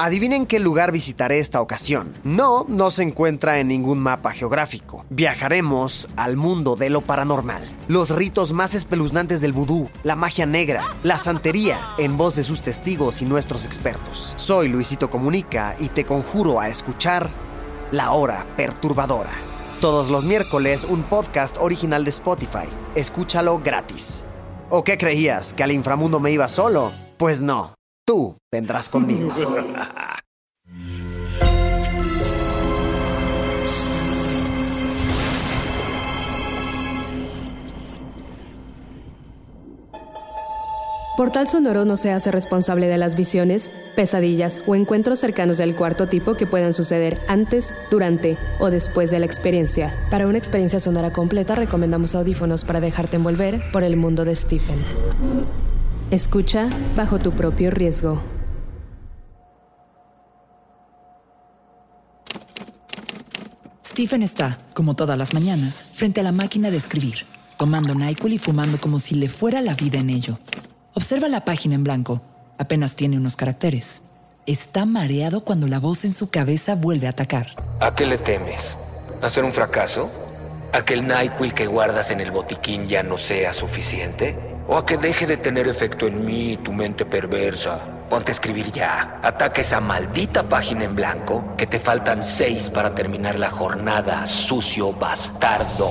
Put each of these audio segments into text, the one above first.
Adivinen qué lugar visitaré esta ocasión. No se encuentra en ningún mapa geográfico. Viajaremos al mundo de lo paranormal. Los ritos más espeluznantes del vudú, la magia negra, la santería, en voz de sus testigos y nuestros expertos. Soy Luisito Comunica y te conjuro a escuchar La Hora Perturbadora. Todos los miércoles un podcast original de Spotify. Escúchalo gratis. ¿O qué creías? ¿Que al inframundo me iba solo? Pues no. Tú vendrás conmigo. Portal Sonoro no se hace responsable de las visiones, pesadillas o encuentros cercanos del cuarto tipo que puedan suceder antes, durante o después de la experiencia. Para una experiencia sonora completa recomendamos audífonos para dejarte envolver por el mundo de Stephen. Escucha bajo tu propio riesgo. Stephen está, como todas las mañanas, frente a la máquina de escribir, tomando NyQuil y fumando como si le fuera la vida en ello. Observa la página en blanco. Apenas tiene unos caracteres. Está mareado cuando la voz en su cabeza vuelve a atacar. ¿A qué le temes? ¿A ser un fracaso? ¿A que el NyQuil que guardas en el botiquín ya no sea suficiente? ¿O a que deje de tener efecto en mí, tu mente perversa? Ponte a escribir ya. Ataca esa maldita página en blanco, que te faltan 6 para terminar la jornada, sucio bastardo.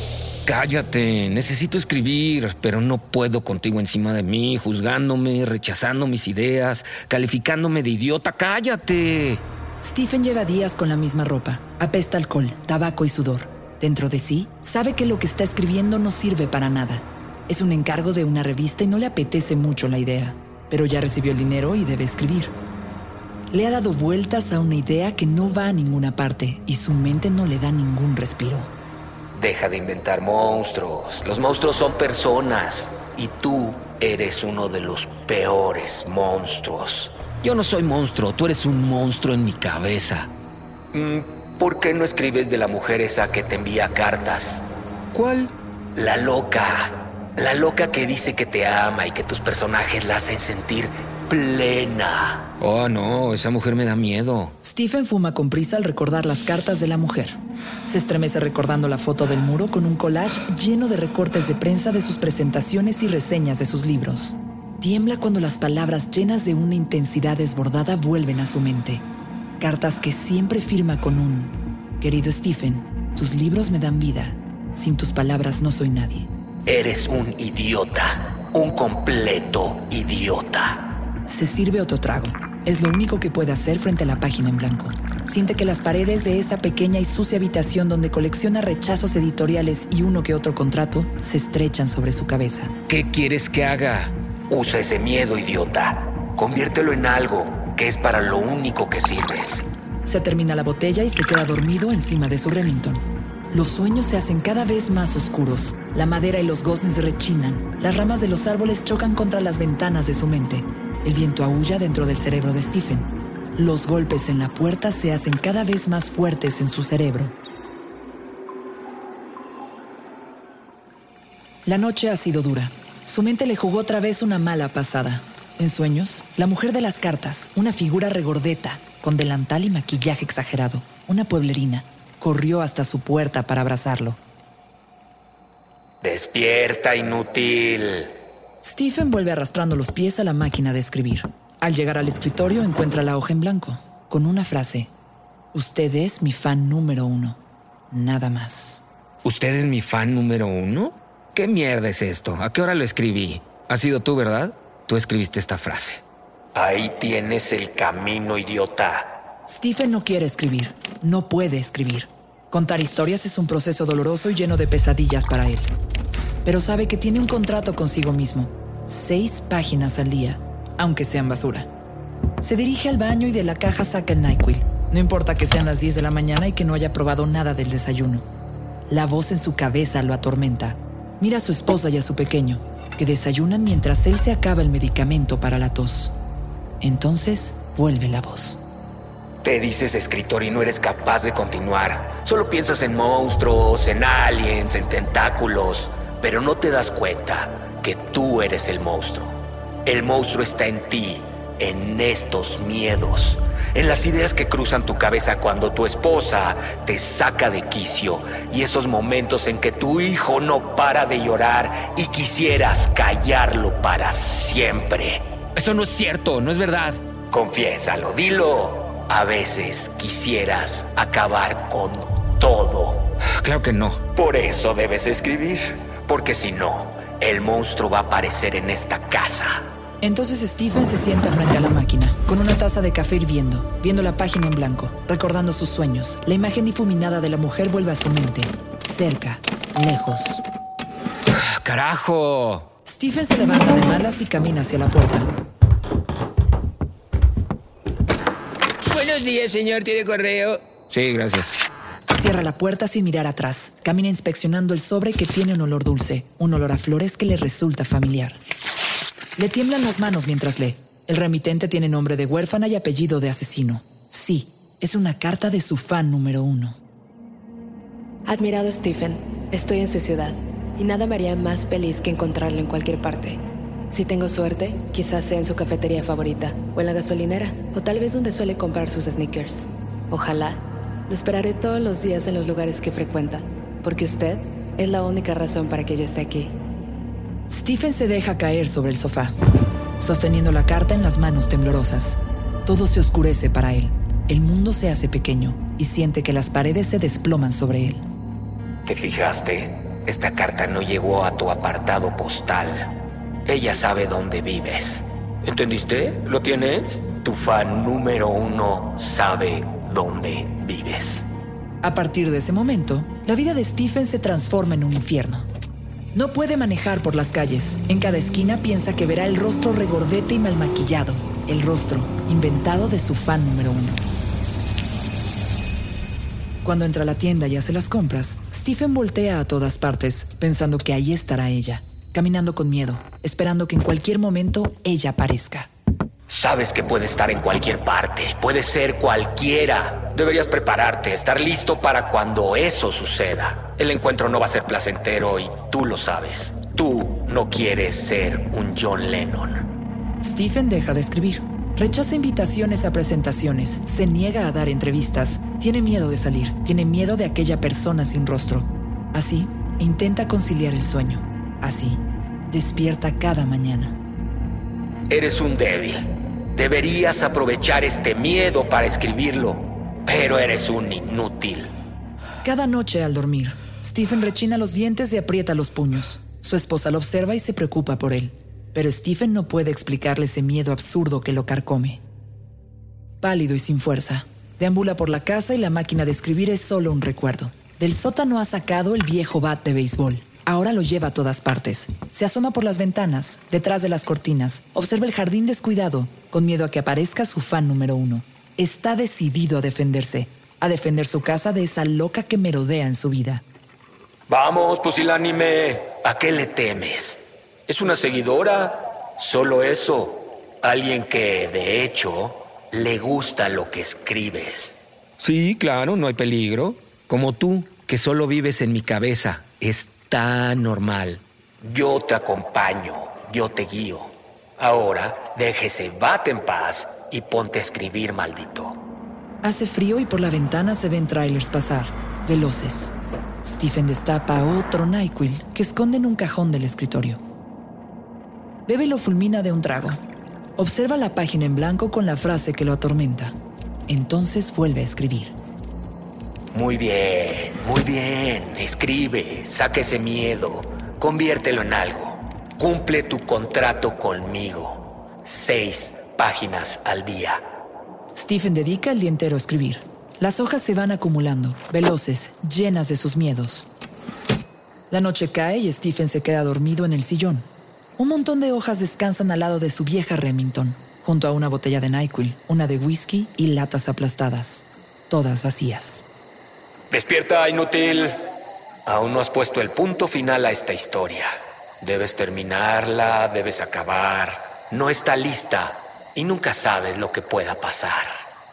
Cállate, necesito escribir, pero no puedo contigo encima de mí, juzgándome, rechazando mis ideas, calificándome de idiota. ¡Cállate! Stephen lleva días con la misma ropa. Apesta alcohol, tabaco y sudor. Dentro de sí, sabe que lo que está escribiendo no sirve para nada. Es un encargo de una revista y no le apetece mucho la idea, pero ya recibió el dinero y debe escribir. Le ha dado vueltas a una idea que no va a ninguna parte y su mente no le da ningún respiro. Deja de inventar monstruos. Los monstruos son personas y tú eres uno de los peores monstruos. Yo no soy monstruo, tú eres un monstruo en mi cabeza. ¿Por qué no escribes de la mujer esa que te envía cartas? ¿Cuál? La loca. La loca que dice que te ama y que tus personajes la hacen sentir plena. Oh, no, esa mujer me da miedo. Stephen fuma con prisa al recordar las cartas de la mujer. Se estremece recordando la foto del muro con un collage lleno de recortes de prensa de sus presentaciones y reseñas de sus libros. Tiembla cuando las palabras llenas de una intensidad desbordada vuelven a su mente. Cartas que siempre firma con un: querido Stephen, tus libros me dan vida. Sin tus palabras no soy nadie. Eres un idiota, un completo idiota. Se sirve otro trago. Es lo único que puede hacer frente a la página en blanco. Siente que las paredes de esa pequeña y sucia habitación donde colecciona rechazos editoriales y uno que otro contrato se estrechan sobre su cabeza. ¿Qué quieres que haga? Usa ese miedo, idiota. Conviértelo en algo que es para lo único que sirves. Se termina la botella y se queda dormido encima de su Remington. Los sueños se hacen cada vez más oscuros. La madera y los goznes rechinan. Las ramas de los árboles chocan contra las ventanas de su mente. El viento aúlla dentro del cerebro de Stephen. Los golpes en la puerta se hacen cada vez más fuertes en su cerebro. La noche ha sido dura. Su mente le jugó otra vez una mala pasada. En sueños, la mujer de las cartas, una figura regordeta, con delantal y maquillaje exagerado, una pueblerina, corrió hasta su puerta para abrazarlo. ¡Despierta, inútil! Stephen vuelve arrastrando los pies a la máquina de escribir. Al llegar al escritorio encuentra la hoja en blanco, con una frase: usted es mi fan número 1. Nada más. ¿Usted es mi fan número 1? ¿Qué mierda es esto? ¿A qué hora lo escribí? ¿Has sido tú, verdad? Tú escribiste esta frase. Ahí tienes el camino, idiota. Stephen no quiere escribir. No puede escribir. Contar historias es un proceso doloroso y lleno de pesadillas para él. Pero sabe que tiene un contrato consigo mismo. 6 páginas al día, aunque sean basura. Se dirige al baño y de la caja saca el NyQuil. No importa que sean las 10 de la mañana y que no haya probado nada del desayuno. La voz en su cabeza lo atormenta. Mira a su esposa y a su pequeño, que desayunan mientras él se acaba el medicamento para la tos. Entonces vuelve la voz. Te dices escritor y no eres capaz de continuar. Solo piensas en monstruos, en aliens, en tentáculos, pero no te das cuenta que tú eres el monstruo. El monstruo está en ti, en estos miedos. en las ideas que cruzan tu cabeza cuando tu esposa te saca de quicio y esos momentos en que tu hijo no para de llorar y quisieras callarlo para siempre. Eso no es cierto, no es verdad. Confiésalo, dilo. A veces quisieras acabar con todo. Claro que no. Por eso debes escribir, porque si no, el monstruo va a aparecer en esta casa. Entonces Stephen se sienta frente a la máquina, con una taza de café hirviendo, viendo la página en blanco, recordando sus sueños. La imagen difuminada de la mujer vuelve a su mente, cerca, lejos. ¡Carajo! Stephen se levanta de malas y camina hacia la puerta. Buenos días, señor. ¿Tiene correo? Sí, gracias. Cierra la puerta sin mirar atrás. Camina inspeccionando el sobre que tiene un olor dulce, un olor a flores que le resulta familiar. Le tiemblan las manos mientras lee. El remitente tiene nombre de huérfana y apellido de asesino. Sí, es una carta de su fan número 1. Admirado Stephen, estoy en su ciudad y nada me haría más feliz que encontrarlo en cualquier parte. Si tengo suerte, quizás sea en su cafetería favorita, o en la gasolinera, o tal vez donde suele comprar sus sneakers. Ojalá. Lo esperaré todos los días en los lugares que frecuenta, porque usted es la única razón para que yo esté aquí. Stephen se deja caer sobre el sofá, sosteniendo la carta en las manos temblorosas. Todo se oscurece para él. El mundo se hace pequeño y siente que las paredes se desploman sobre él. ¿Te fijaste? Esta carta no llegó a tu apartado postal. Ella sabe dónde vives. ¿Entendiste? ¿Lo tienes? Tu fan número 1 sabe dónde vives. A partir de ese momento, la vida de Stephen se transforma en un infierno. No puede manejar por las calles. En cada esquina piensa que verá el rostro regordete y mal maquillado. El rostro inventado de su fan número 1. Cuando entra a la tienda y hace las compras, Stephen voltea a todas partes, pensando que ahí estará ella, caminando con miedo, esperando que en cualquier momento ella aparezca. Sabes que puede estar en cualquier parte, puede ser cualquiera. Deberías prepararte, estar listo para cuando eso suceda. El encuentro no va a ser placentero y tú lo sabes. Tú no quieres ser un John Lennon. Stephen deja de escribir. Rechaza invitaciones a presentaciones, se niega a dar entrevistas, tiene miedo de salir, tiene miedo de aquella persona sin rostro. Así, intenta conciliar el sueño. Así, despierta cada mañana. Eres un débil. Deberías aprovechar este miedo para escribirlo, pero eres un inútil. Cada noche al dormir, Stephen rechina los dientes y aprieta los puños. Su esposa lo observa y se preocupa por él. Pero Stephen no puede explicarle ese miedo absurdo que lo carcome. Pálido y sin fuerza, deambula por la casa y la máquina de escribir es solo un recuerdo. Del sótano ha sacado el viejo bat de béisbol. Ahora lo lleva a todas partes. Se asoma por las ventanas, detrás de las cortinas. Observa el jardín descuidado, con miedo a que aparezca su fan número 1. Está decidido a defenderse su casa de esa loca que merodea en su vida. Vamos, pusilánime. ¿A qué le temes? ¿Es una seguidora? Solo eso. Alguien que, de hecho, le gusta lo que escribes. Sí, claro, no hay peligro. Como tú, que solo vives en mi cabeza. Es tan normal. Yo te acompaño, yo te guío. Ahora, déjese bate en paz y ponte a escribir, maldito. Hace frío y por la ventana se ven trailers pasar, veloces. Stephen destapa otro NyQuil que esconde en un cajón del escritorio. Bebe y lo fulmina de un trago. Observa la página en blanco con la frase que lo atormenta. Entonces vuelve a escribir. Muy bien, muy bien. Escribe, saca ese miedo, conviértelo en algo. Cumple tu contrato conmigo. 6 páginas al día. Stephen dedica el día entero a escribir. Las hojas se van acumulando, veloces, llenas de sus miedos. La noche cae y Stephen se queda dormido en el sillón. Un montón de hojas descansan al lado de su vieja Remington, junto a una botella de NyQuil, una de whisky y latas aplastadas, todas vacías. Despierta, inútil. Aún no has puesto el punto final a esta historia. Debes terminarla, debes acabar. No está lista y nunca sabes lo que pueda pasar.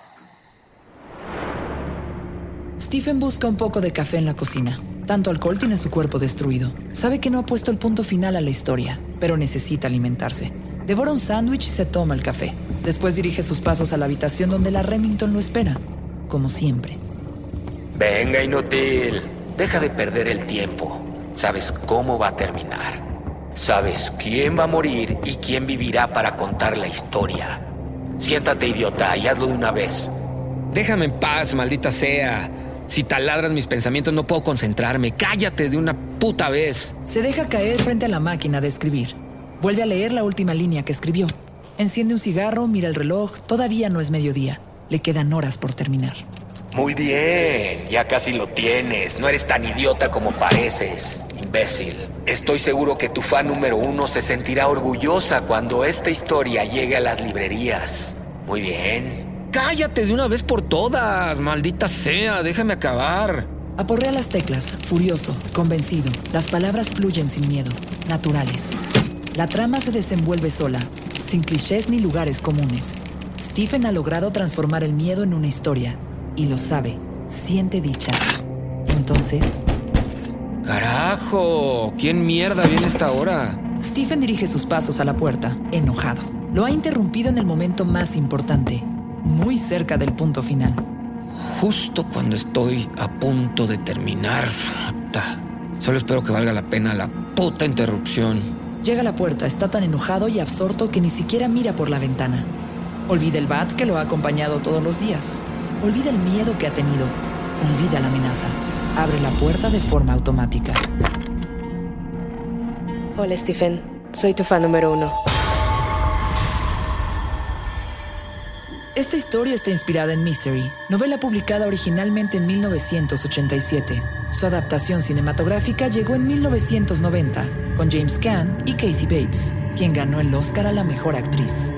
Stephen busca un poco de café en la cocina. Tanto alcohol tiene su cuerpo destruido. Sabe que no ha puesto el punto final a la historia, pero necesita alimentarse. Devora un sándwich y se toma el café. Después dirige sus pasos a la habitación donde la Remington lo espera, como siempre. Venga, inútil. Deja de perder el tiempo. Sabes cómo va a terminar. Sabes quién va a morir y quién vivirá para contar la historia. Siéntate, idiota, y hazlo de una vez. Déjame en paz, maldita sea. Si taladras mis pensamientos no puedo concentrarme. Cállate de una puta vez. Se deja caer frente a la máquina de escribir. Vuelve a leer la última línea que escribió. Enciende un cigarro, mira el reloj. Todavía no es mediodía. Le quedan horas por terminar. Muy bien, ya casi lo tienes. No eres tan idiota como pareces, imbécil. Estoy seguro que tu fan número 1 se sentirá orgullosa cuando esta historia llegue a las librerías. Muy bien. Cállate de una vez por todas, maldita sea. Déjame acabar. Aporrea las teclas, furioso, convencido. Las palabras fluyen sin miedo, naturales. La trama se desenvuelve sola, sin clichés ni lugares comunes. Stephen ha logrado transformar el miedo en una historia. Y lo sabe, siente dicha. Entonces... ¡Carajo! ¿Quién mierda viene a esta hora? Stephen dirige sus pasos a la puerta, enojado. Lo ha interrumpido en el momento más importante, muy cerca del punto final. Justo cuando estoy a punto de terminar. Solo espero que valga la pena la puta interrupción. Llega a la puerta, está tan enojado y absorto que ni siquiera mira por la ventana. Olvida el bat que lo ha acompañado todos los días. Olvida el miedo que ha tenido. Olvida la amenaza. Abre la puerta de forma automática. Hola, Stephen. Soy tu fan número 1. Esta historia está inspirada en Misery, novela publicada originalmente en 1987. Su adaptación cinematográfica llegó en 1990, con James Caan y Kathy Bates, quien ganó el Oscar a la mejor actriz.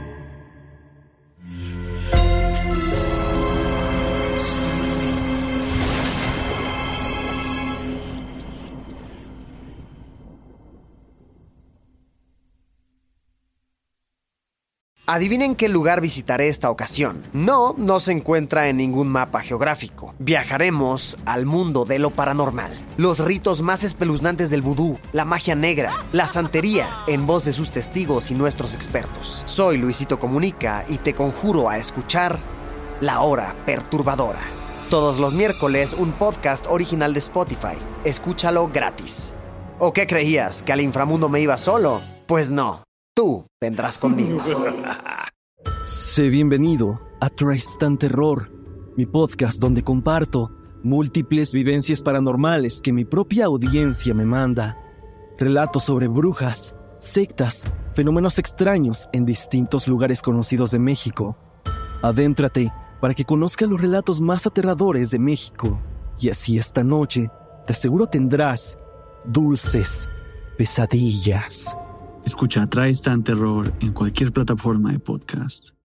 Adivinen qué lugar visitaré esta ocasión. No se encuentra en ningún mapa geográfico. Viajaremos al mundo de lo paranormal. Los ritos más espeluznantes del vudú, la magia negra, la santería, en voz de sus testigos y nuestros expertos. Soy Luisito Comunica y te conjuro a escuchar La Hora Perturbadora. Todos los miércoles, un podcast original de Spotify. Escúchalo gratis. ¿O qué creías? ¿Que al inframundo me iba solo? Pues no. Tú vendrás conmigo. Sé bienvenido a Tristan Terror, mi podcast donde comparto múltiples vivencias paranormales que mi propia audiencia me manda. Relatos sobre brujas, sectas, fenómenos extraños en distintos lugares conocidos de México. Adéntrate para que conozcas los relatos más aterradores de México. Y así esta noche, te aseguro tendrás dulces pesadillas. Escucha Tristan Terror en cualquier plataforma de podcast.